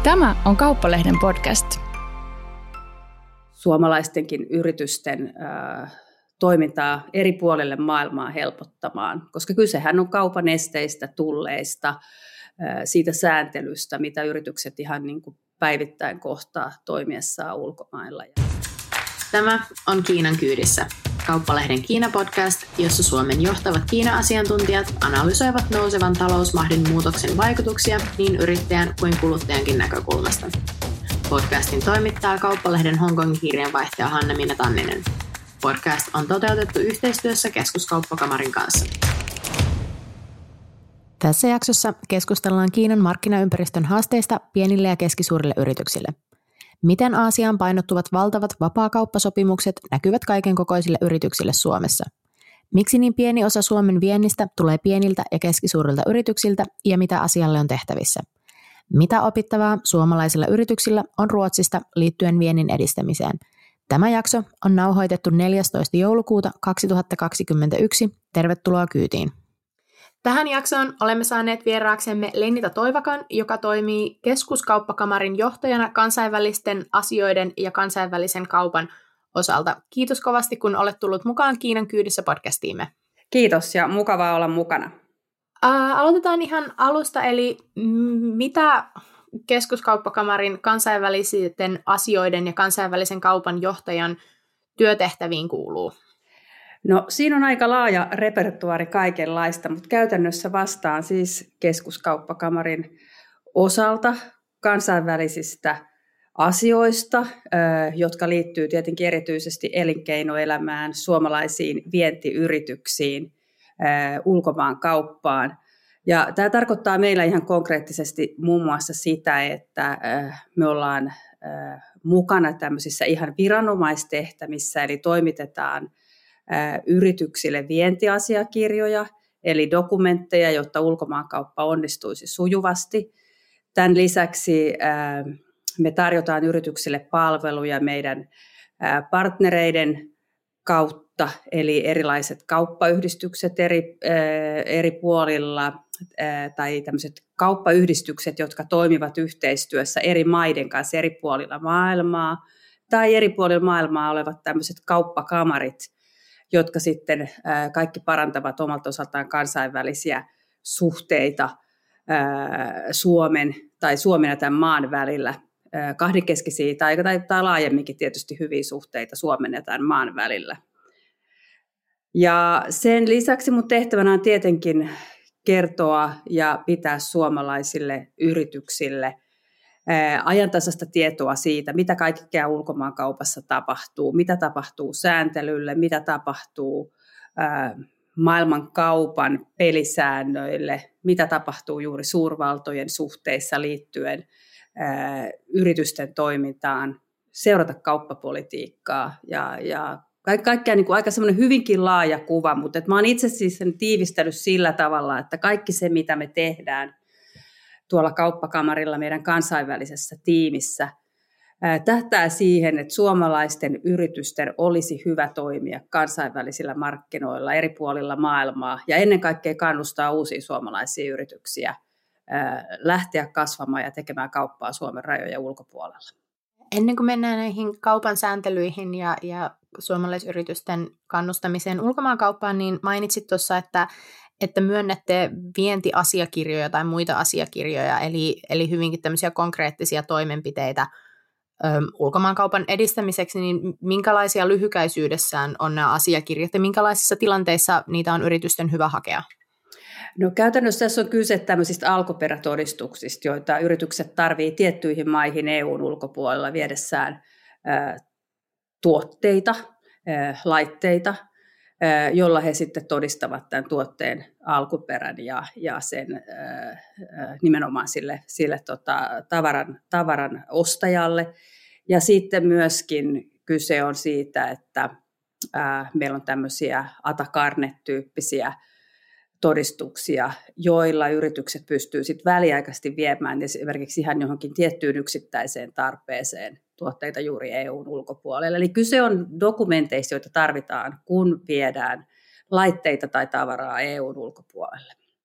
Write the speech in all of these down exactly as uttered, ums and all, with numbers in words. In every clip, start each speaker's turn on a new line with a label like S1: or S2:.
S1: Tämä on Kauppalehden podcast.
S2: Suomalaistenkin yritysten äh, toimintaa eri puolille maailmaa helpottamaan, koska kysehän on kaupan esteistä, tulleista, äh, siitä sääntelystä, mitä yritykset ihan niin kuin päivittäin kohtaa toimiessaan ulkomailla.
S3: Tämä on Kiinan kyydissä, Kauppalehden Kiina-podcast, jossa Suomen johtavat Kiina-asiantuntijat analysoivat nousevan talousmahdin muutoksen vaikutuksia niin yrittäjän kuin kuluttajankin näkökulmasta. Podcastin toimittaa Kauppalehden Hongkongin kirjeenvaihtaja Hanna-Miina Tanninen. Podcast on toteutettu yhteistyössä Keskuskauppakamarin kanssa. Tässä jaksossa keskustellaan Kiinan markkinaympäristön haasteista pienille ja keskisuurille yrityksille. Miten Aasiaan painottuvat valtavat vapaakauppasopimukset näkyvät kaikenkokoisille yrityksille Suomessa? Miksi niin pieni osa Suomen viennistä tulee pieniltä ja keskisuurilta yrityksiltä ja mitä asialle on tehtävissä? Mitä opittavaa suomalaisilla yrityksillä on Ruotsista liittyen viennin edistämiseen? Tämä jakso on nauhoitettu neljästoista joulukuuta kaksituhattakaksikymmentäyksi. Tervetuloa kyytiin. Tähän jaksoon olemme saaneet vieraaksemme Lenita Toivakan, joka toimii Keskuskauppakamarin johtajana kansainvälisten asioiden ja kansainvälisen kaupan osalta. Kiitos kovasti, kun olet tullut mukaan Kiinan kyydissä podcastiimme.
S2: Kiitos ja mukavaa olla mukana.
S3: Ää, aloitetaan ihan alusta, eli mitä Keskuskauppakamarin kansainvälisten asioiden ja kansainvälisen kaupan johtajan työtehtäviin kuuluu?
S2: No siinä on aika laaja repertuaari kaikenlaista, mutta käytännössä vastaan siis Keskuskauppakamarin osalta kansainvälisistä asioista, jotka liittyy tietenkin erityisesti elinkeinoelämään, suomalaisiin vientiyrityksiin, ulkomaan kauppaan. Ja tämä tarkoittaa meillä ihan konkreettisesti muun muassa sitä, että me ollaan mukana tämmöisissä ihan viranomaistehtävissä, eli toimitetaan yrityksille vientiasiakirjoja, eli dokumentteja, jotta ulkomaankauppa onnistuisi sujuvasti. Tämän lisäksi me tarjotaan yrityksille palveluja meidän partnereiden kautta, eli erilaiset kauppayhdistykset eri, eri puolilla, tai tämmöiset kauppayhdistykset, jotka toimivat yhteistyössä eri maiden kanssa eri puolilla maailmaa, tai eri puolilla maailmaa olevat tämmöiset kauppakamarit, jotka sitten kaikki parantavat omalta osaltaan kansainvälisiä suhteita Suomen tai Suomen ja tämän maan välillä, kahdenkeskisiä tai, tai, tai laajemminkin tietysti hyviä suhteita Suomen ja tämän maan välillä. Ja sen lisäksi mun tehtävänä on tietenkin kertoa ja pitää suomalaisille yrityksille ajantasaista tietoa siitä, mitä kaikkea ulkomaankaupassa tapahtuu, mitä tapahtuu sääntelylle, mitä tapahtuu maailman kaupan pelisäännöille, mitä tapahtuu juuri suurvaltojen suhteissa liittyen yritysten toimintaan, seurata kauppapolitiikkaa ja, ja kaikkea niin kuin aika semmoinen hyvinkin laaja kuva, mutta että mä oon itse siis sen tiivistänyt sillä tavalla, että kaikki se, mitä me tehdään tuolla kauppakamarilla meidän kansainvälisessä tiimissä, tähtää siihen, että suomalaisten yritysten olisi hyvä toimia kansainvälisillä markkinoilla eri puolilla maailmaa ja ennen kaikkea kannustaa uusia suomalaisia yrityksiä lähteä kasvamaan ja tekemään kauppaa Suomen rajojen ulkopuolella.
S3: Ennen kuin mennään näihin kaupan sääntelyihin ja, ja suomalaisyritysten kannustamiseen ulkomaankauppaan, niin mainitsit tuossa, että että myönnätte vientiasiakirjoja tai muita asiakirjoja, eli, eli hyvinkin tämmöisiä konkreettisia toimenpiteitä ö, ulkomaankaupan edistämiseksi, niin minkälaisia lyhykäisyydessään on nämä asiakirjat ja minkälaisissa tilanteissa niitä on yritysten hyvä hakea?
S2: No käytännössä tässä on kyse tämmöisistä alkuperätodistuksista, joita yritykset tarvitsevat tiettyihin maihin E U:n ulkopuolella viedessään ö, tuotteita, ö, laitteita, jolla he sitten todistavat tämän tuotteen alkuperän ja, ja sen ää, nimenomaan sille, sille tota, tavaran, tavaran ostajalle. Ja sitten myöskin kyse on siitä, että ää, meillä on tämmöisiä Atakarnet-tyyppisiä todistuksia, joilla yritykset pystyy sitten väliaikaisesti viemään esimerkiksi ihan johonkin tiettyyn yksittäiseen tarpeeseen tuotteita juuri E U:n ulkopuolelle. Eli kyse on dokumenteista, joita tarvitaan, kun viedään laitteita tai tavaraa E U:n ulkopuolelle.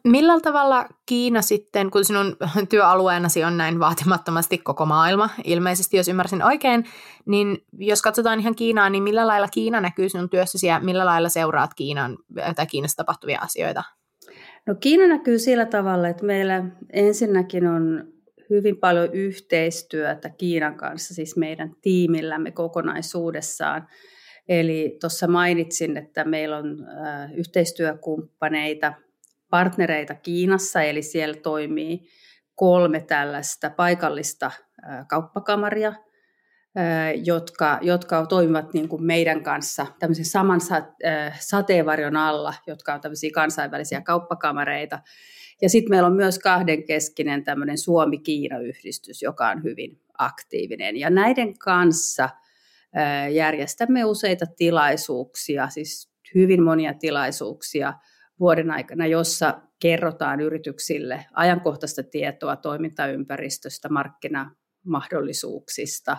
S3: Millä tavalla Kiina sitten, kun sinun työalueenasi on näin vaatimattomasti koko maailma, ilmeisesti jos ymmärsin oikein, niin jos katsotaan ihan Kiinaa, niin millä lailla Kiina näkyy sinun työssäsi ja millä lailla seuraat Kiinan tai Kiinassa tapahtuvia asioita?
S2: No Kiina näkyy sillä tavalla, että meillä ensinnäkin on hyvin paljon yhteistyötä Kiinan kanssa, siis meidän tiimillämme kokonaisuudessaan. Eli tuossa mainitsin, että meillä on äh, yhteistyökumppaneita, partnereita Kiinassa, eli siellä toimii kolme tällaista paikallista äh, kauppakamaria, äh, jotka, jotka toimivat niin kuin meidän kanssa tämmöisen saman äh, sateenvarjon alla, jotka on tämmöisiä kansainvälisiä kauppakamareita. Ja sitten meillä on myös kahdenkeskinen tämmöinen Suomi-Kiina-yhdistys, joka on hyvin aktiivinen. Ja näiden kanssa järjestämme useita tilaisuuksia, siis hyvin monia tilaisuuksia vuoden aikana, jossa kerrotaan yrityksille ajankohtaista tietoa toimintaympäristöstä, markkinamahdollisuuksista,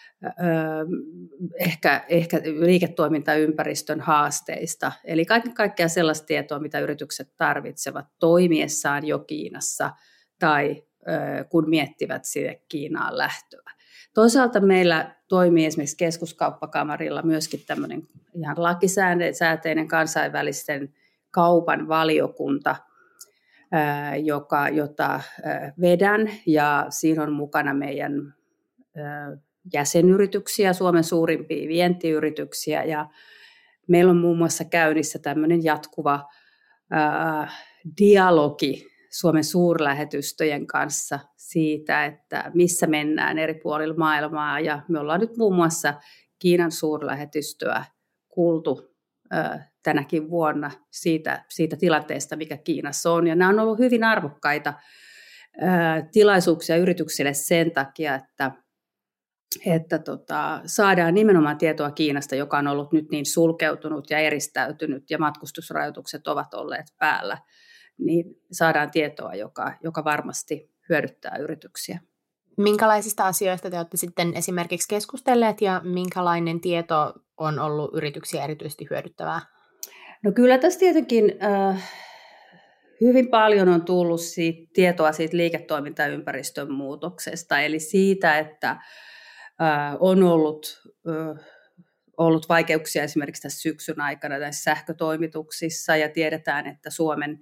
S2: ehkä, ehkä liiketoimintaympäristön haasteista. Eli kaiken kaikkiaan sellaista tietoa, mitä yritykset tarvitsevat toimiessaan jo Kiinassa tai kun miettivät sinne Kiinaan lähtöä. Toisaalta meillä toimii esimerkiksi keskuskauppakamarilla myöskin tämmöinen ihan lakisääteinen kansainvälisten kaupan valiokunta, joka, jota vedän, ja siinä on mukana meidän jäsenyrityksiä, Suomen suurimpia vientiyrityksiä, ja meillä on muun muassa käynnissä tämmöinen jatkuva ää, dialogi Suomen suurlähetystöjen kanssa siitä, että missä mennään eri puolilla maailmaa, ja me ollaan nyt muun muassa Kiinan suurlähetystöä kuultu ää, tänäkin vuonna siitä, siitä tilanteesta, mikä Kiinassa on, ja nämä on ollut hyvin arvokkaita ää, tilaisuuksia yrityksille sen takia, että että tota, saadaan nimenomaan tietoa Kiinasta, joka on ollut nyt niin sulkeutunut ja eristäytynyt ja matkustusrajoitukset ovat olleet päällä, niin saadaan tietoa, joka, joka varmasti hyödyttää yrityksiä.
S3: Minkälaisista asioista te olette sitten esimerkiksi keskustelleet ja minkälainen tieto on ollut yrityksiä erityisesti hyödyttävää?
S2: No kyllä tässä tietenkin äh, hyvin paljon on tullut siitä, tietoa siitä liiketoimintaympäristön muutoksesta, eli siitä, että on ollut, ollut vaikeuksia esimerkiksi tässä syksyn aikana näissä sähkötoimituksissa, ja tiedetään, että Suomen,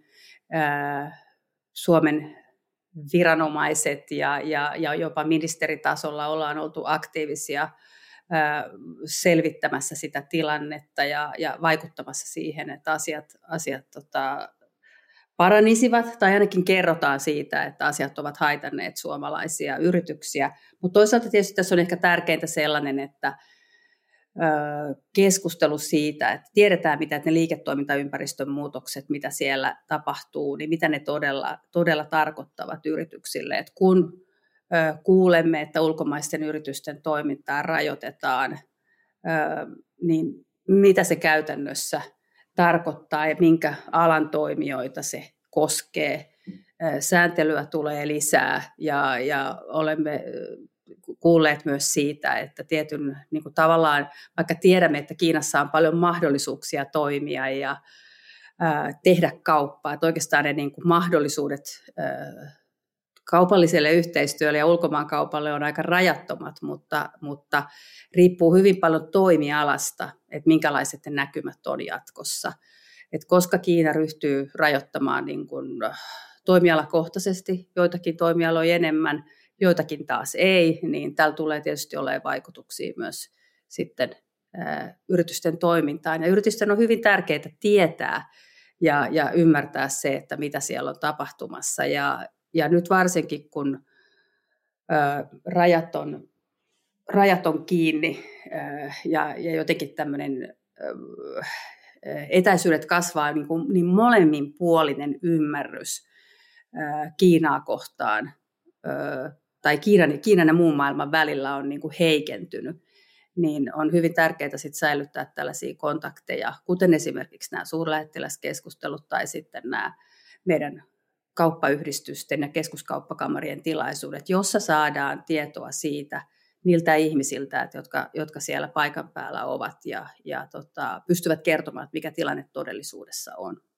S2: Suomen viranomaiset ja, ja, ja jopa ministeritasolla ollaan oltu aktiivisia selvittämässä sitä tilannetta ja, ja vaikuttamassa siihen, että asiat, asiat tota, paranisivat, tai ainakin kerrotaan siitä, että asiat ovat haitanneet suomalaisia yrityksiä. Mutta toisaalta tietysti tässä on ehkä tärkeintä sellainen, että keskustelu siitä, että tiedetään, mitä ne liiketoimintaympäristön muutokset, mitä siellä tapahtuu, niin mitä ne todella, todella tarkoittavat yrityksille. Et kun kuulemme, että ulkomaisten yritysten toimintaa rajoitetaan, niin mitä se käytännössä tarkoittaa ja minkä alan toimijoita se koskee. Sääntelyä tulee lisää, ja, ja olemme kuulleet myös siitä, että tietyn niin kuin tavallaan, vaikka tiedämme, että Kiinassa on paljon mahdollisuuksia toimia ja ää, tehdä kauppaa, että oikeastaan ne niin kuin mahdollisuudet ää, kaupalliselle yhteistyölle ja ulkomaankaupalle on aika rajattomat, mutta, mutta riippuu hyvin paljon toimialasta, että minkälaiset ne näkymät on jatkossa. Et koska Kiina ryhtyy rajoittamaan niin kuin toimialakohtaisesti joitakin toimialoja enemmän, joitakin taas ei, niin tällä tulee tietysti olemaan vaikutuksia myös sitten ää, yritysten toimintaan. Ja yritysten on hyvin tärkeää tietää ja, ja ymmärtää se, että mitä siellä on tapahtumassa. Ja, ja nyt varsinkin, kun ää, rajat, on, rajat on kiinni ää, ja, ja jotenkin tämmöinen ää, etäisyydet kasvaa, niin, kuin, niin molemminpuolinen ymmärrys ää, Kiinaa kohtaan ää, tai Kiinan, Kiinan ja muun maailman välillä on niin kuin heikentynyt, niin on hyvin tärkeää sit säilyttää tällaisia kontakteja, kuten esimerkiksi nämä suurlähettiläskeskustelut tai sitten nämä meidän kauppayhdistysten ja keskuskauppakamarien tilaisuudet, jossa saadaan tietoa siitä niiltä ihmisiltä, jotka, jotka siellä paikan päällä ovat ja, ja tota, pystyvät kertomaan, mikä tilanne todellisuudessa on.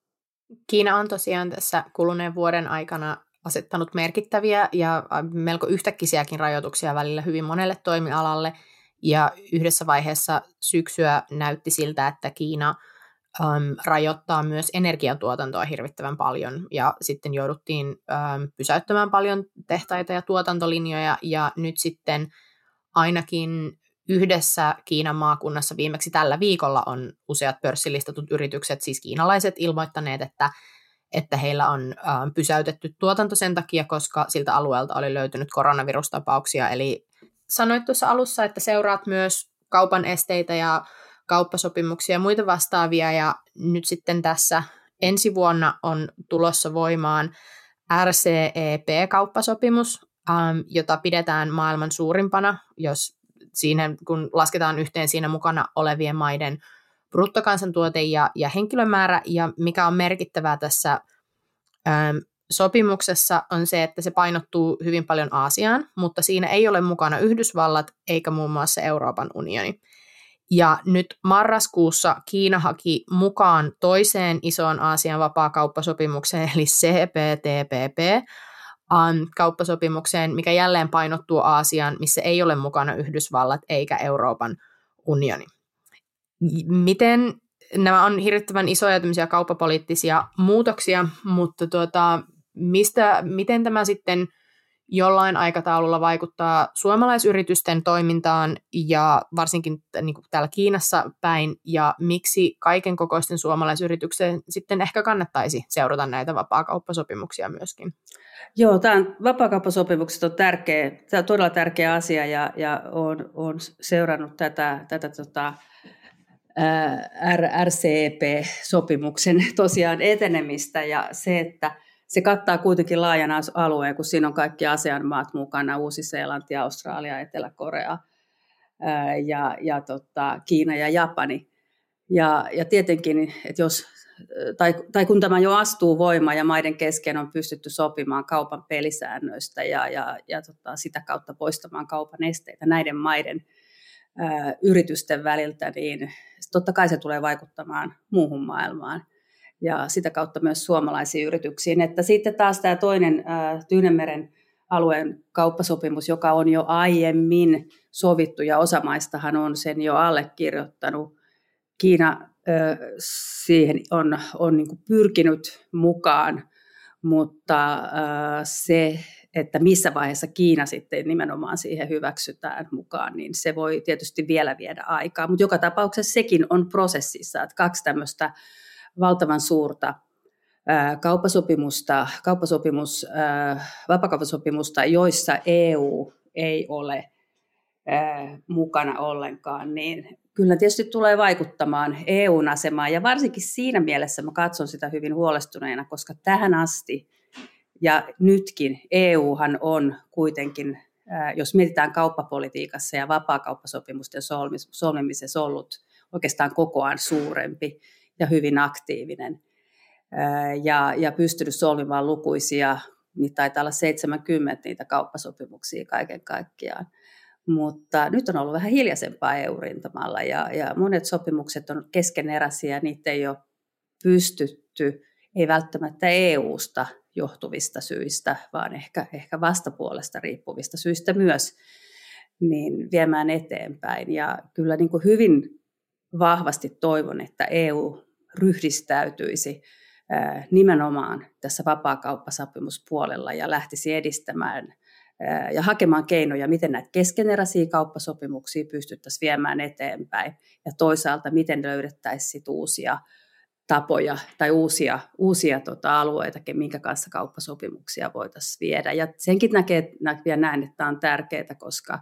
S3: Kiina on tosiaan tässä kuluneen vuoden aikana asettanut merkittäviä ja melko yhtäkkisiäkin rajoituksia välillä hyvin monelle toimialalle, ja yhdessä vaiheessa syksyä näytti siltä, että Kiina äm, rajoittaa myös energiatuotantoa hirvittävän paljon, ja sitten jouduttiin äm, pysäyttämään paljon tehtaita ja tuotantolinjoja, ja nyt sitten ainakin yhdessä Kiinan maakunnassa viimeksi tällä viikolla on useat pörssilistatut yritykset, siis kiinalaiset, ilmoittaneet, että, että heillä on äh, pysäytetty tuotanto sen takia, koska siltä alueelta oli löytynyt koronavirustapauksia. Eli sanoit tuossa alussa, että seuraat myös kaupan esteitä ja kauppasopimuksia ja muita vastaavia, ja nyt sitten tässä ensi vuonna on tulossa voimaan R C E P-kauppasopimus, ähm, jota pidetään maailman suurimpana, jos siinä, kun lasketaan yhteen siinä mukana olevien maiden bruttokansantuote ja, ja henkilömäärä, ja mikä on merkittävää tässä äm, sopimuksessa on se, että se painottuu hyvin paljon Aasiaan, mutta siinä ei ole mukana Yhdysvallat eikä muun muassa Euroopan unioni. Ja nyt marraskuussa Kiina haki mukaan toiseen isoon Aasian vapaakauppasopimukseen, eli C P T P P, kauppasopimukseen, mikä jälleen painottuu Aasiaan, missä ei ole mukana Yhdysvallat eikä Euroopan unioni. Miten nämä on hirvittävän isoja tämmöisiä kauppapoliittisia muutoksia, mutta tuota, mistä, miten tämä sitten jollain aikataululla vaikuttaa suomalaisyritysten toimintaan ja varsinkin niin kuin täällä Kiinassa päin, ja miksi kaiken kokoisten suomalaisyritysten sitten ehkä kannattaisi seurata näitä vapaakauppasopimuksia myöskin?
S2: Joo, tämä vapaakauppasopimukset on tärkeä, tämä on todella tärkeä asia, ja, ja olen, olen seurannut tätä, tätä tota, R C E P-sopimuksen tosiaan etenemistä, ja se, että se kattaa kuitenkin laajan alueen, kun siinä on kaikki ASEAN-maat mukana, Uusi-Seelanti, Australia, Etelä-Korea ää, ja, ja tota, Kiina ja Japani. Ja, ja tietenkin, että jos, tai, tai kun tämä jo astuu voimaan ja maiden kesken on pystytty sopimaan kaupan pelisäännöistä ja, ja, ja tota, sitä kautta poistamaan kaupan esteitä näiden maiden ää, yritysten väliltä, niin totta kai se tulee vaikuttamaan muuhun maailmaan. Ja sitä kautta myös suomalaisiin yrityksiin. Että sitten taas tämä toinen äh, Tyynenmeren alueen kauppasopimus, joka on jo aiemmin sovittu, ja osa maistahan on sen jo allekirjoittanut. Kiina äh, siihen on, on niin kuin pyrkinyt mukaan, mutta äh, se, että missä vaiheessa Kiina sitten nimenomaan siihen hyväksytään mukaan, niin se voi tietysti vielä viedä aikaa. Mutta joka tapauksessa sekin on prosessissa, että kaksi tämmöistä valtavan suurta ää, kauppasopimusta, kauppasopimus, ää, vapakauppasopimusta, joissa E U ei ole ää, mukana ollenkaan, niin kyllä tietysti tulee vaikuttamaan E U:n asemaan, ja varsinkin siinä mielessä mä katson sitä hyvin huolestuneena, koska tähän asti ja nytkin E Uhan on kuitenkin, ää, jos mietitään kauppapolitiikassa ja vapaakauppasopimusten solmimisessa ollut oikeastaan kokoaan suurempi ja hyvin aktiivinen, ja, ja pystynyt solmimaan lukuisia, niitä taitaa olla seitsemänkymmentä niitä kauppasopimuksia kaiken kaikkiaan. Mutta nyt on ollut vähän hiljaisempaa E U-rintamalla, ja, ja monet sopimukset on keskeneräisiä, niitä ei ole pystytty, ei välttämättä E U:sta johtuvista syistä, vaan ehkä, ehkä vastapuolesta riippuvista syistä myös, niin viemään eteenpäin. Ja kyllä niin kuin hyvin vahvasti toivon, että E U ryhdistäytyisi nimenomaan tässä vapaakauppasopimuspuolella ja lähtisi edistämään ja hakemaan keinoja, miten näitä keskeneräisiä kauppasopimuksia pystyttäisiin viemään eteenpäin, ja toisaalta miten löydettäisiin uusia tapoja tai uusia, uusia tota, alueita, minkä kanssa kauppasopimuksia voitaisiin viedä. Ja senkin näkee, näkee näin, että tämä on tärkeää, koska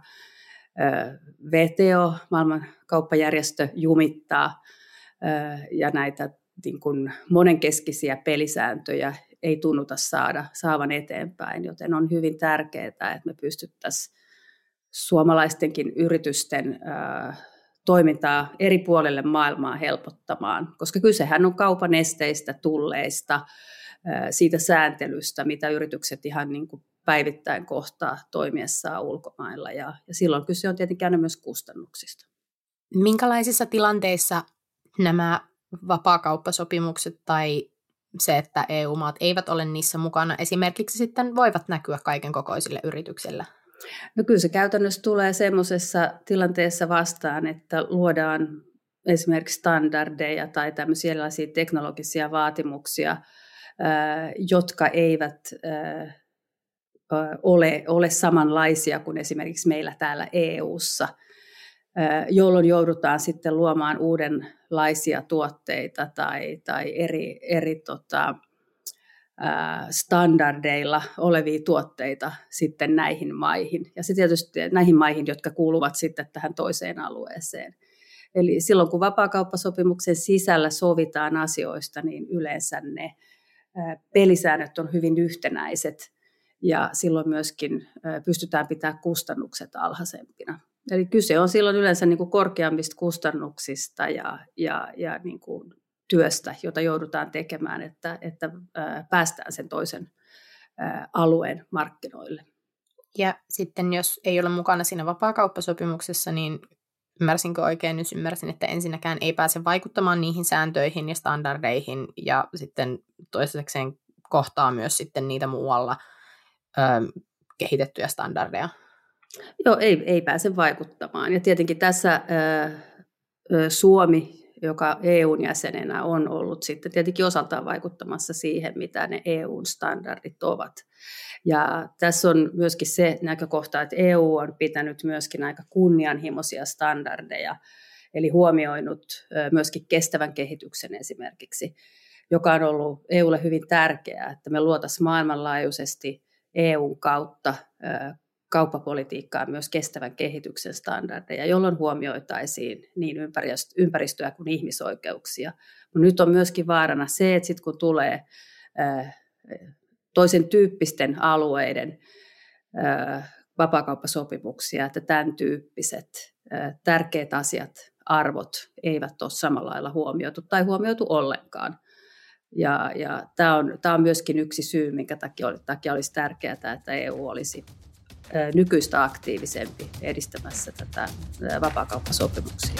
S2: V T O, maailman kauppajärjestö, jumittaa ja näitä niin kuin monenkeskisiä pelisääntöjä ei tunnuta saada, saavan eteenpäin, joten on hyvin tärkeää, että me pystyttäisiin suomalaistenkin yritysten toimintaa eri puolille maailmaa helpottamaan, koska kysehän on kaupan esteistä, tulleista, siitä sääntelystä, mitä yritykset ihan niin kuin päivittäin kohtaa toimiessaan ulkomailla, ja, ja silloin kyse on tietenkin aina myös kustannuksista.
S3: Minkälaisissa tilanteissa nämä vapaakauppasopimukset tai se, että E U-maat eivät ole niissä mukana, esimerkiksi sitten voivat näkyä kaiken kokoisille yrityksille?
S2: No kyllä se käytännössä tulee semmoisessa tilanteessa vastaan, että luodaan esimerkiksi standardeja tai tämmöisiä erilaisia teknologisia vaatimuksia, jotka eivät ole, ole samanlaisia kuin esimerkiksi meillä täällä E U:ssa, jolloin joudutaan sitten luomaan uudenlaisia tuotteita tai, tai eri, eri tota, standardeilla olevia tuotteita sitten näihin maihin. Ja se tietysti näihin maihin, jotka kuuluvat sitten tähän toiseen alueeseen. Eli silloin kun vapaakauppasopimuksen sisällä sovitaan asioista, niin yleensä ne pelisäännöt on hyvin yhtenäiset ja silloin myöskin pystytään pitämään kustannukset alhaisempina. Eli kyse on silloin yleensä niin kuin korkeammista kustannuksista ja, ja, ja niin kuin työstä, jota joudutaan tekemään, että, että päästään sen toisen alueen markkinoille.
S3: Ja sitten jos ei ole mukana siinä vapaakauppasopimuksessa, niin ymmärsinkö oikein, nyt ymmärsin, että ensinnäkään ei pääse vaikuttamaan niihin sääntöihin ja standardeihin, ja sitten toisekseen kohtaa myös sitten niitä muualla ö, kehitettyjä standardeja.
S2: Joo, ei, ei pääse vaikuttamaan. Ja tietenkin tässä ö, ö, Suomi, joka E U:n jäsenenä on ollut sitten tietenkin osaltaan vaikuttamassa siihen, mitä ne E U:n standardit ovat. Ja tässä on myöskin se näkökohta, että E U on pitänyt myöskin aika kunnianhimoisia standardeja, eli huomioinut myöskin kestävän kehityksen esimerkiksi, joka on ollut E U:lle hyvin tärkeää, että me luotaisiin maailmanlaajuisesti E U:n kautta kauppapolitiikkaan myös kestävän kehityksen standardeja, jolloin huomioitaisiin niin ympäristöä kuin ihmisoikeuksia. Mutta nyt on myöskin vaarana se, että sitten kun tulee toisen tyyppisten alueiden vapaakauppasopimuksia, että tämän tyyppiset tärkeät asiat, arvot eivät ole samalla lailla huomioitu tai huomioitu ollenkaan. Ja, ja tämä on, tämä on myöskin yksi syy, minkä takia, takia olisi tärkeää, että E U olisi nykyistä aktiivisempi edistämässä tätä vapaakauppasopimuksia.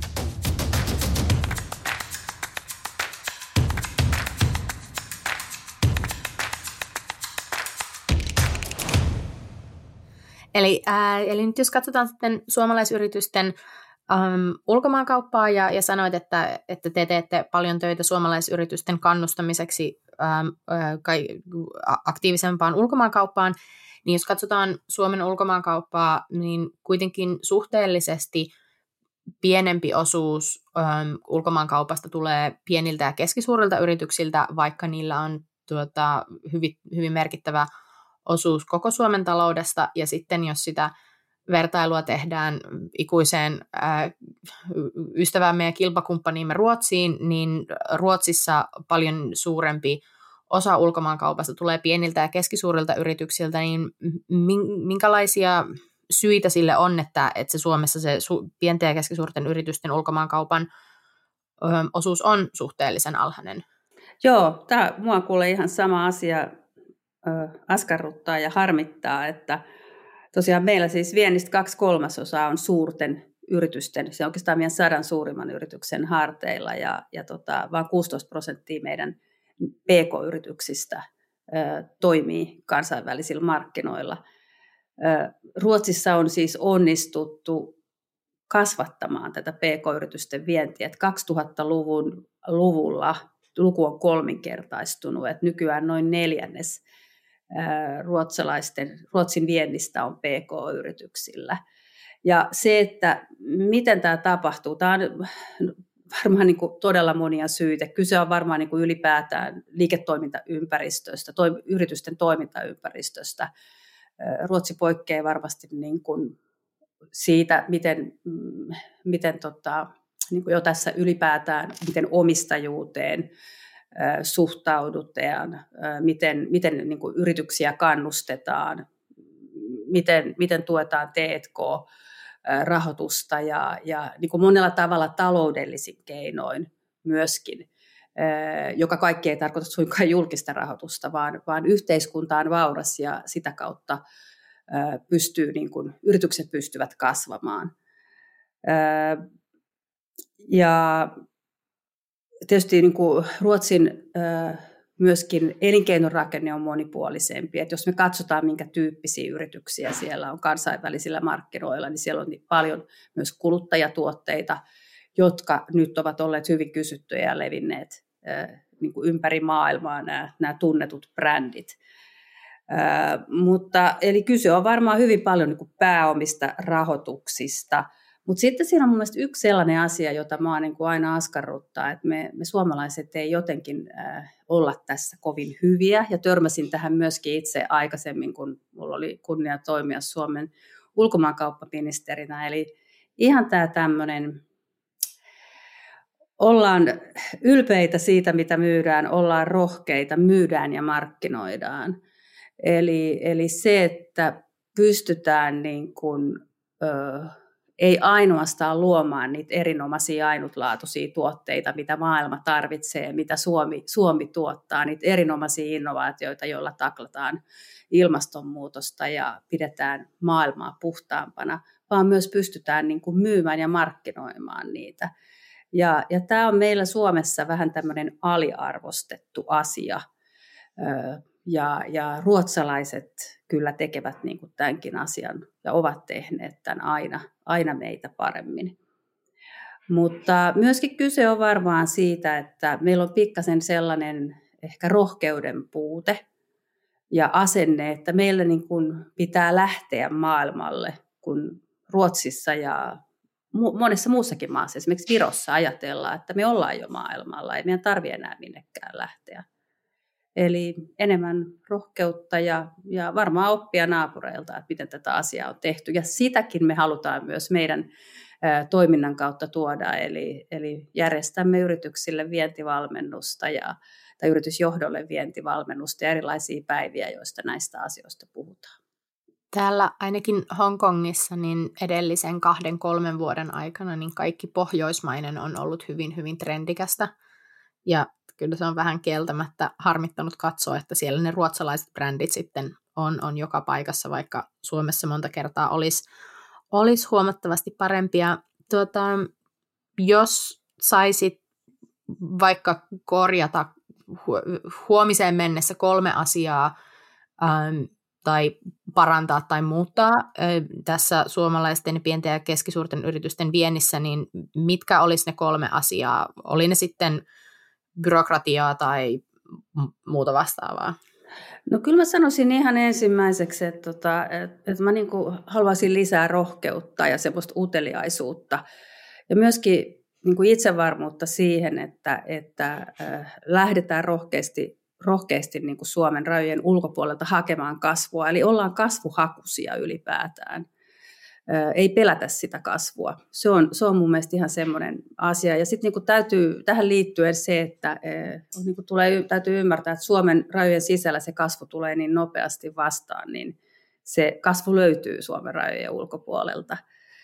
S3: Eli, ää, eli nyt jos katsotaan sitten suomalaisyritysten äm, ulkomaankauppaa ja, ja sanoit, että, että te teette paljon töitä suomalaisyritysten kannustamiseksi äm, ä, kai, aktiivisempaan ulkomaankauppaan, niin jos katsotaan Suomen ulkomaankauppaa, niin kuitenkin suhteellisesti pienempi osuus äm, ulkomaankaupasta tulee pieniltä ja keskisuurilta yrityksiltä, vaikka niillä on tuota, hyvin, hyvin merkittävä osuus koko Suomen taloudesta, ja sitten jos sitä vertailua tehdään ikuiseen ää, ystävämme ja kilpakumppaniimme Ruotsiin, niin Ruotsissa paljon suurempi osa ulkomaankaupasta tulee pieniltä ja keskisuurilta yrityksiltä, niin minkälaisia syitä sille on, että, että se Suomessa se su- pienten ja keskisuurten yritysten ulkomaankaupan ö, osuus on suhteellisen alhainen?
S2: Joo, tämä mua kuulee ihan sama asia askarruttaa ja harmittaa, että tosiaan meillä siis viennistä kaksi kolmasosaa on suurten yritysten, se on oikeastaan meidän sadan suurimman yrityksen harteilla, ja, ja tota, vain kuusitoista prosenttia meidän P K-yrityksistä ö, toimii kansainvälisillä markkinoilla. Ö, Ruotsissa on siis onnistuttu kasvattamaan tätä P K-yritysten vientiä, että kaksituhattaluvun luvulla luku on kolminkertaistunut, että nykyään noin neljännes ruotsalaisten, Ruotsin viennistä on P K-yrityksillä. Ja se, että miten tämä tapahtuu, tämä on varmaan niin kuin todella monia syitä. Kyse on varmaan niin kuin ylipäätään liiketoimintaympäristöstä, toi, yritysten toimintaympäristöstä. Ruotsi poikkeaa varmasti niin kuin siitä, miten, miten tota, niin kuin jo tässä ylipäätään, miten omistajuuteen suhtaudutaan, miten, miten niin kuin yrityksiä kannustetaan, miten, miten tuetaan T and K-rahoitusta ja, ja niin kuin monella tavalla taloudellisin keinoin myöskin, joka kaikki ei tarkoita suinkaan julkista rahoitusta, vaan, vaan yhteiskunta on vauras ja sitä kautta pystyy, niin kuin, yritykset pystyvät kasvamaan. Ja tietysti niin kuin Ruotsin myöskin elinkeinorakenne on monipuolisempi. Et jos me katsotaan, minkä tyyppisiä yrityksiä siellä on kansainvälisillä markkinoilla, niin siellä on paljon myös kuluttajatuotteita, jotka nyt ovat olleet hyvin kysyttyjä ja levinneet niin kuin ympäri maailmaa nämä, nämä tunnetut brändit. Ää, mutta, eli kyse on varmaan hyvin paljon niin kuin pääomista, rahoituksista, mutta sitten siinä on mun mielestä yksi sellainen asia, jota mä niin kuin aina askarruttaa, että me, me suomalaiset ei jotenkin ää, olla tässä kovin hyviä, ja törmäsin tähän myöskin itse aikaisemmin, kun mulla oli kunnia toimia Suomen ulkomaankauppaministerinä, eli ihan tämä tämmöinen, ollaan ylpeitä siitä, mitä myydään, ollaan rohkeita, myydään ja markkinoidaan. Eli, eli se, että pystytään niin kuin, ö, ei ainoastaan luomaan niitä erinomaisia ainutlaatuisia tuotteita, mitä maailma tarvitsee, mitä Suomi, Suomi tuottaa, niitä erinomaisia innovaatioita, joilla taklataan ilmastonmuutosta ja pidetään maailmaa puhtaampana, vaan myös pystytään niin kuin myymään ja markkinoimaan niitä. Ja, ja tämä on meillä Suomessa vähän tämmöinen aliarvostettu asia. Ja, ja ruotsalaiset kyllä tekevät niin kuin tämänkin asian ja ovat tehneet tämän aina, aina meitä paremmin. Mutta myöskin kyse on varmaan siitä, että meillä on pikkasen sellainen ehkä rohkeuden puute ja asenne, että meillä niin kuin pitää lähteä maailmalle, kun Ruotsissa ja monessa muussakin maassa, esimerkiksi Virossa ajatellaan, että me ollaan jo maailmalla, ei meidän tarvitse enää minnekään lähteä. Eli enemmän rohkeutta ja, ja varmaan oppia naapureilta, että miten tätä asiaa on tehty. Ja sitäkin me halutaan myös meidän ä, toiminnan kautta tuoda, eli, eli järjestämme yrityksille vientivalmennusta ja, tai yritysjohdolle vientivalmennusta ja erilaisia päiviä, joista näistä asioista puhutaan.
S3: Täällä ainakin Hongkongissa niin edellisen kahden, kolmen vuoden aikana niin kaikki pohjoismainen on ollut hyvin, hyvin trendikästä. Ja kyllä se on vähän kieltämättä harmittanut katsoa, että siellä ne ruotsalaiset brändit sitten on, on joka paikassa, vaikka Suomessa monta kertaa olisi, olisi huomattavasti parempia. Tuota, jos saisit vaikka korjata huomiseen mennessä kolme asiaa, ähm, tai parantaa tai muuttaa tässä suomalaisten pienten ja keskisuurten yritysten viennissä, niin mitkä olisi ne kolme asiaa? Oli ne sitten byrokratiaa tai muuta vastaavaa?
S2: No kyllä mä sanoisin ihan ensimmäiseksi, että, että, että mä niin kuin haluaisin lisää rohkeutta ja semmoista uteliaisuutta ja myöskin niin kuin itsevarmuutta siihen, että, että lähdetään rohkeasti rohkeasti niin kuin Suomen rajojen ulkopuolelta hakemaan kasvua, eli ollaan kasvuhakuisia ylipäätään. Ei pelätä sitä kasvua. Se on, se on mun mielestä ihan semmoinen asia. Ja sitten niin kuin täytyy tähän liittyen se, että niin kuin tulee, täytyy ymmärtää, että Suomen rajojen sisällä se kasvu tulee niin nopeasti vastaan, niin se kasvu löytyy Suomen rajojen ulkopuolelta.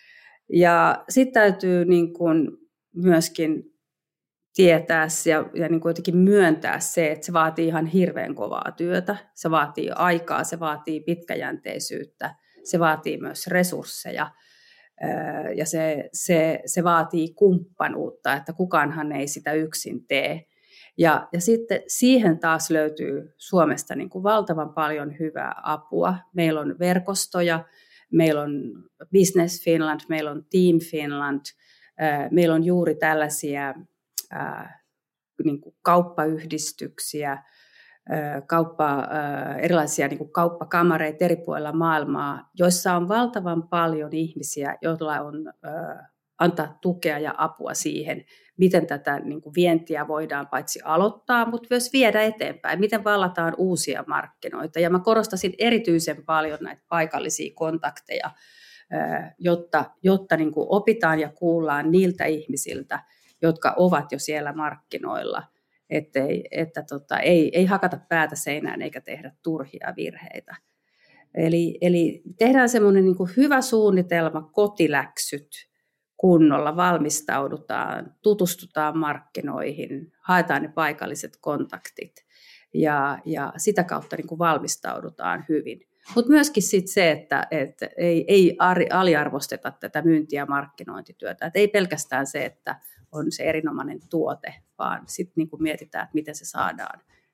S2: Ja sitten täytyy niin kuin myöskin tietää ja, ja niin kuin jotenkin myöntää se, että se vaatii ihan hirveän kovaa työtä, se vaatii aikaa, se vaatii pitkäjänteisyyttä, se vaatii myös resursseja ja se, se, se vaatii kumppanuutta, että kukaanhan ei sitä yksin tee. Ja, ja sitten siihen taas löytyy Suomesta niin kuin valtavan paljon hyvää apua. Meillä on verkostoja, meillä on Business Finland, meillä on Team Finland, meillä on juuri tällaisia Ää, niin kuin kauppayhdistyksiä, ää, kauppa, ää, erilaisia niin kuin kauppakamareita eri puolilla maailmaa, joissa on valtavan paljon ihmisiä, joilla on ää, antaa tukea ja apua siihen, miten tätä niin kuin vientiä voidaan paitsi aloittaa, mutta myös viedä eteenpäin, miten vallataan uusia markkinoita. Ja mä korostasin erityisen paljon näitä paikallisia kontakteja, ää, jotta, jotta niin kuin opitaan ja kuullaan niiltä ihmisiltä, jotka ovat jo siellä markkinoilla, ettei, että tota, ei, ei hakata päätä seinään eikä tehdä turhia virheitä. Eli, eli tehdään semmoinen niin kuin hyvä suunnitelma, kotiläksyt kunnolla, valmistaudutaan, tutustutaan markkinoihin, haetaan ne paikalliset kontaktit ja, ja sitä kautta niin kuin valmistaudutaan hyvin. Mutta myöskin sit se, että, että ei, ei aliarvosteta tätä myynti- ja markkinointityötä. Et ei pelkästään se, että on se erinomainen tuote, vaan sitten niin mietitään, että miten se saadaan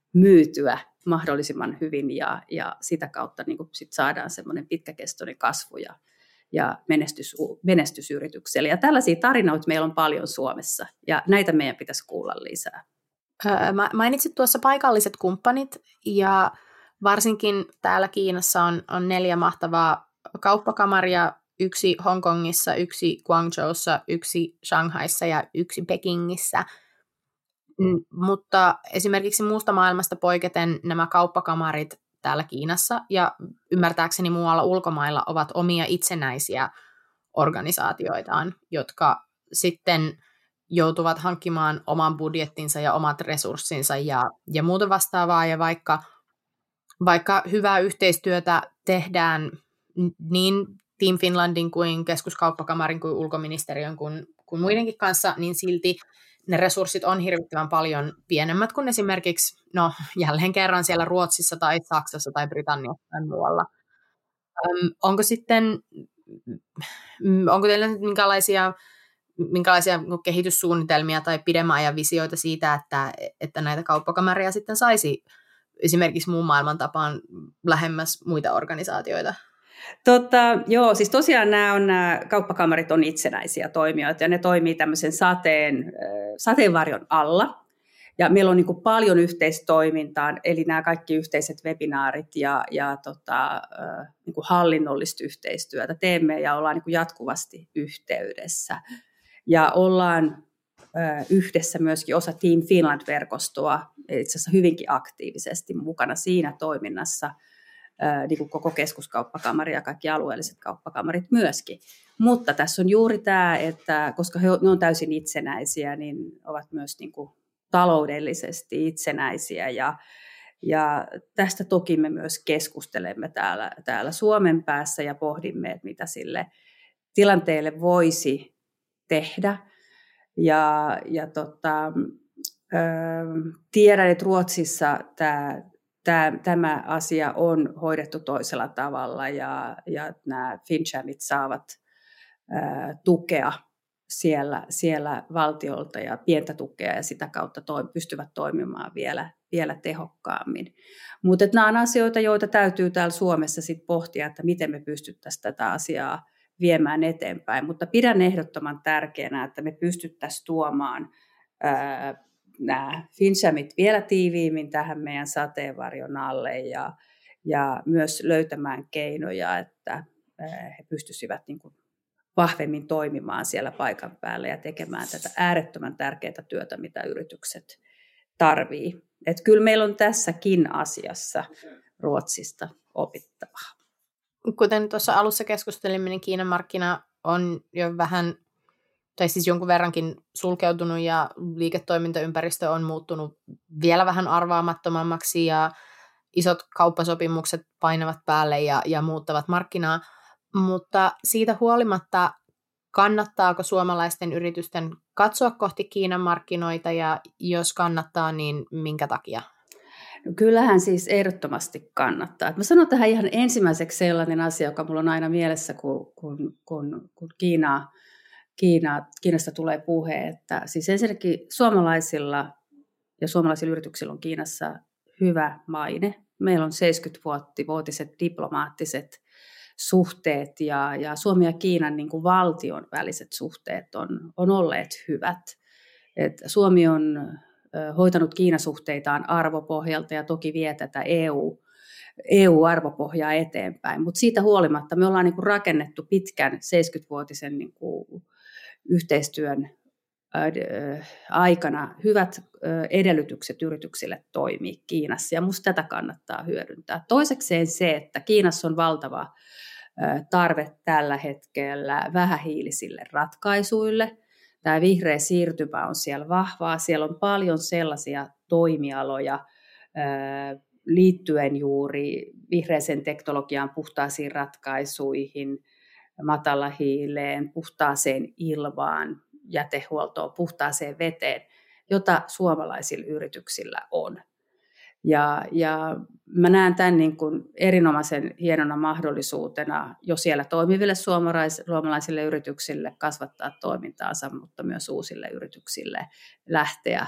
S2: myytyä mahdollisimman hyvin ja, ja sitä kautta niin kuin sit saadaan semmoinen pitkäkestoinen kasvu ja, ja menestys, menestysyritykselle. Ja tällaisia tarinoita meillä on paljon Suomessa ja näitä meidän pitäisi kuulla lisää.
S3: Mainitsit tuossa paikalliset kumppanit ja varsinkin täällä Kiinassa on, on neljä mahtavaa kauppakamaria, yksi Hongkongissa, yksi Guangzhoussa, yksi Shanghaissa ja yksi Pekingissä. Mm, mutta esimerkiksi muusta maailmasta poiketen nämä kauppakamarit täällä Kiinassa ja ymmärtääkseni muualla ulkomailla ovat omia itsenäisiä organisaatioitaan, jotka sitten joutuvat hankkimaan oman budjettinsa ja omat resurssinsa ja, ja muuta vastaavaa. Ja vaikka, vaikka hyvää yhteistyötä tehdään niin Team Finlandin kuin keskuskauppakamarin kuin ulkoministeriön kuin, kuin muidenkin kanssa, niin silti ne resurssit on hirvittävän paljon pienemmät kuin esimerkiksi, no jälleen kerran siellä Ruotsissa tai Saksassa tai Britanniassa tai muualla. Öm, onko sitten, onko teillä minkälaisia, minkälaisia kehityssuunnitelmia tai pidemmän ajan visioita siitä, että, että näitä kauppakamaria sitten saisi esimerkiksi muun maailman tapaan lähemmäs muita organisaatioita?
S2: Totta, joo, siis tosiaan nämä, on, nämä kauppakamarit on itsenäisiä toimijoita ja ne toimii tämmöisen sateen, sateenvarjon alla. Ja meillä on niin kuin paljon yhteistoimintaa, eli nämä kaikki yhteiset webinaarit ja, ja tota, niin kuin hallinnollista yhteistyötä teemme ja ollaan niin kuin jatkuvasti yhteydessä. Ja ollaan yhdessä myöskin osa Team Finland-verkostoa, itse asiassa hyvinkin aktiivisesti mukana siinä toiminnassa, niin kuin koko keskuskauppakamari ja kaikki alueelliset kauppakamarit myöskin. Mutta tässä on juuri tämä, että koska he on täysin itsenäisiä, niin ovat myös niin kuin taloudellisesti itsenäisiä. Ja, ja tästä toki me myös keskustelemme täällä, täällä Suomen päässä ja pohdimme, että mitä sille tilanteelle voisi tehdä. Ja, ja tota, ö, tiedän, että Ruotsissa tämä Tämä asia on hoidettu toisella tavalla ja, ja nämä FinChamit saavat ää, tukea siellä, siellä valtiolta ja pientä tukea ja sitä kautta toi, pystyvät toimimaan vielä, vielä tehokkaammin. Mutta nämä on asioita, joita täytyy täällä Suomessa sit pohtia, että miten me pystyttäisiin tätä asiaa viemään eteenpäin. Mutta pidän ehdottoman tärkeänä, että me pystyttäisiin tuomaan ää, nämä FinChamit vielä tiiviimmin tähän meidän sateenvarjon alle ja, ja myös löytämään keinoja, että he pystyisivät niin kuin vahvemmin toimimaan siellä paikan päällä ja tekemään tätä äärettömän tärkeää työtä, mitä yritykset tarvii. Että kyllä meillä on tässäkin asiassa Ruotsista opittavaa.
S3: Kuten tuossa alussa keskustelimme, niin Kiinan markkina on jo vähän tai siis jonkun verrankin sulkeutunut ja liiketoimintaympäristö on muuttunut vielä vähän arvaamattomammaksi ja isot kauppasopimukset painavat päälle ja, ja muuttavat markkinaa, mutta siitä huolimatta kannattaako suomalaisten yritysten katsoa kohti Kiinan markkinoita ja jos kannattaa, niin minkä takia?
S2: No kyllähän siis ehdottomasti kannattaa. Mä sanon tähän ihan ensimmäiseksi sellainen asia, joka mulla on aina mielessä, kun, kun, kun, kun Kiinaa Kiina, Kiinasta tulee puhe, että siis ensinnäkin suomalaisilla ja suomalaisilla yrityksillä on Kiinassa hyvä maine. Meillä on seitsemänkymmentävuotiset diplomaattiset suhteet ja, ja Suomen ja Kiinan niin kuin valtion väliset suhteet on, on olleet hyvät. Et Suomi on ö, hoitanut Kiinasuhteitaan arvopohjalta ja toki vie tätä E U, E U-arvopohjaa eteenpäin, mutta siitä huolimatta me ollaan niin kuin rakennettu pitkän seitsemänkymmentävuotisen niin kuin yhteistyön aikana hyvät edellytykset yrityksille toimii Kiinassa, ja minusta tätä kannattaa hyödyntää. Toisekseen se, että Kiinassa on valtava tarve tällä hetkellä vähähiilisille ratkaisuille. Tämä vihreä siirtymä on siellä vahvaa. Siellä on paljon sellaisia toimialoja liittyen juuri vihreäseen teknologiaan, puhtaisiin ratkaisuihin, matalahiileen, puhtaaseen ilmaan, jätehuoltoon, puhtaaseen veteen, jota suomalaisilla yrityksillä on. Ja, ja mä näen tämän niin kuin erinomaisen hienona mahdollisuutena jo siellä toimiville suomalaisille yrityksille kasvattaa toimintaansa, mutta myös uusille yrityksille lähteä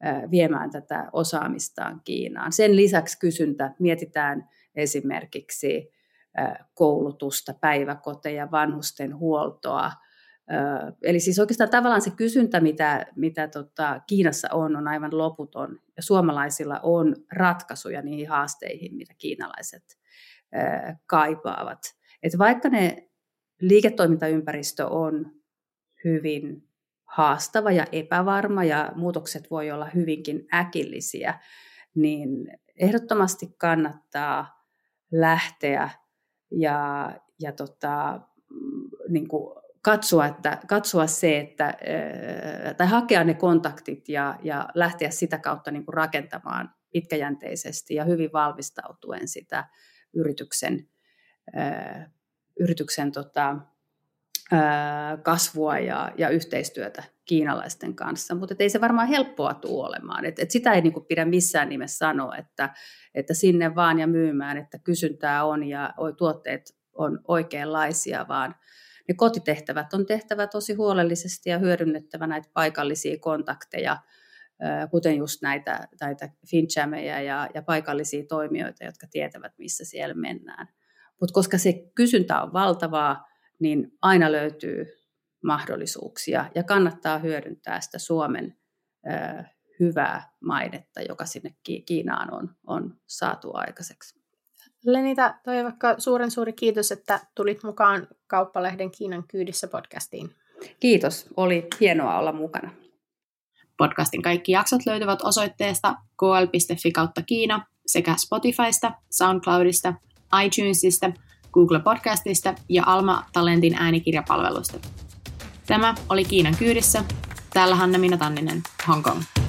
S2: viemään tätä osaamistaan Kiinaan. Sen lisäksi kysyntä, mietitään esimerkiksi koulutusta, päiväkoteja, vanhusten huoltoa. Eli siis oikeastaan tavallaan se kysyntä, mitä, mitä tota Kiinassa on, on aivan loputon. Ja suomalaisilla on ratkaisuja niihin haasteihin, mitä kiinalaiset kaipaavat. Et vaikka ne liiketoimintaympäristö on hyvin haastava ja epävarma ja muutokset voi olla hyvinkin äkillisiä, niin ehdottomasti kannattaa lähteä ja, ja tota, niin kuin katsoa, että, katsoa se, että, tai hakea ne kontaktit ja, ja lähteä sitä kautta niin kuin rakentamaan pitkäjänteisesti ja hyvin valmistautuen sitä yrityksen, yrityksen tota, kasvua ja, ja yhteistyötä kiinalaisten kanssa, mutta ei se varmaan helppoa tule olemaan. Et, et sitä ei niinku pidä missään nimessä sanoa, että, että sinne vaan ja myymään, että kysyntää on ja tuotteet on oikeanlaisia, vaan ne kotitehtävät on tehtävä tosi huolellisesti ja hyödynnettävä näitä paikallisia kontakteja, kuten just näitä, näitä FinChameja ja, ja paikallisia toimijoita, jotka tietävät, missä siellä mennään. Mutta koska se kysyntä on valtavaa, niin aina löytyy mahdollisuuksia ja kannattaa hyödyntää sitä Suomen ö, hyvää mainetta, joka sinne Kiinaan on, on saatu aikaiseksi.
S3: Lenita, toi vaikka suuren suuri kiitos, että tulit mukaan Kauppalehden Kiinan kyydissä podcastiin.
S2: Kiitos, oli hienoa olla mukana.
S3: Podcastin kaikki jaksot löytyvät osoitteesta k l piste f i kautta Kiina sekä Spotifysta, SoundCloudista, iTunesista, Google Podcastista ja Alma Talentin äänikirjapalvelusta. Tämä oli Kiinan kyydissä. Täällä Hanna-Miina Tanninen, Hong Kong.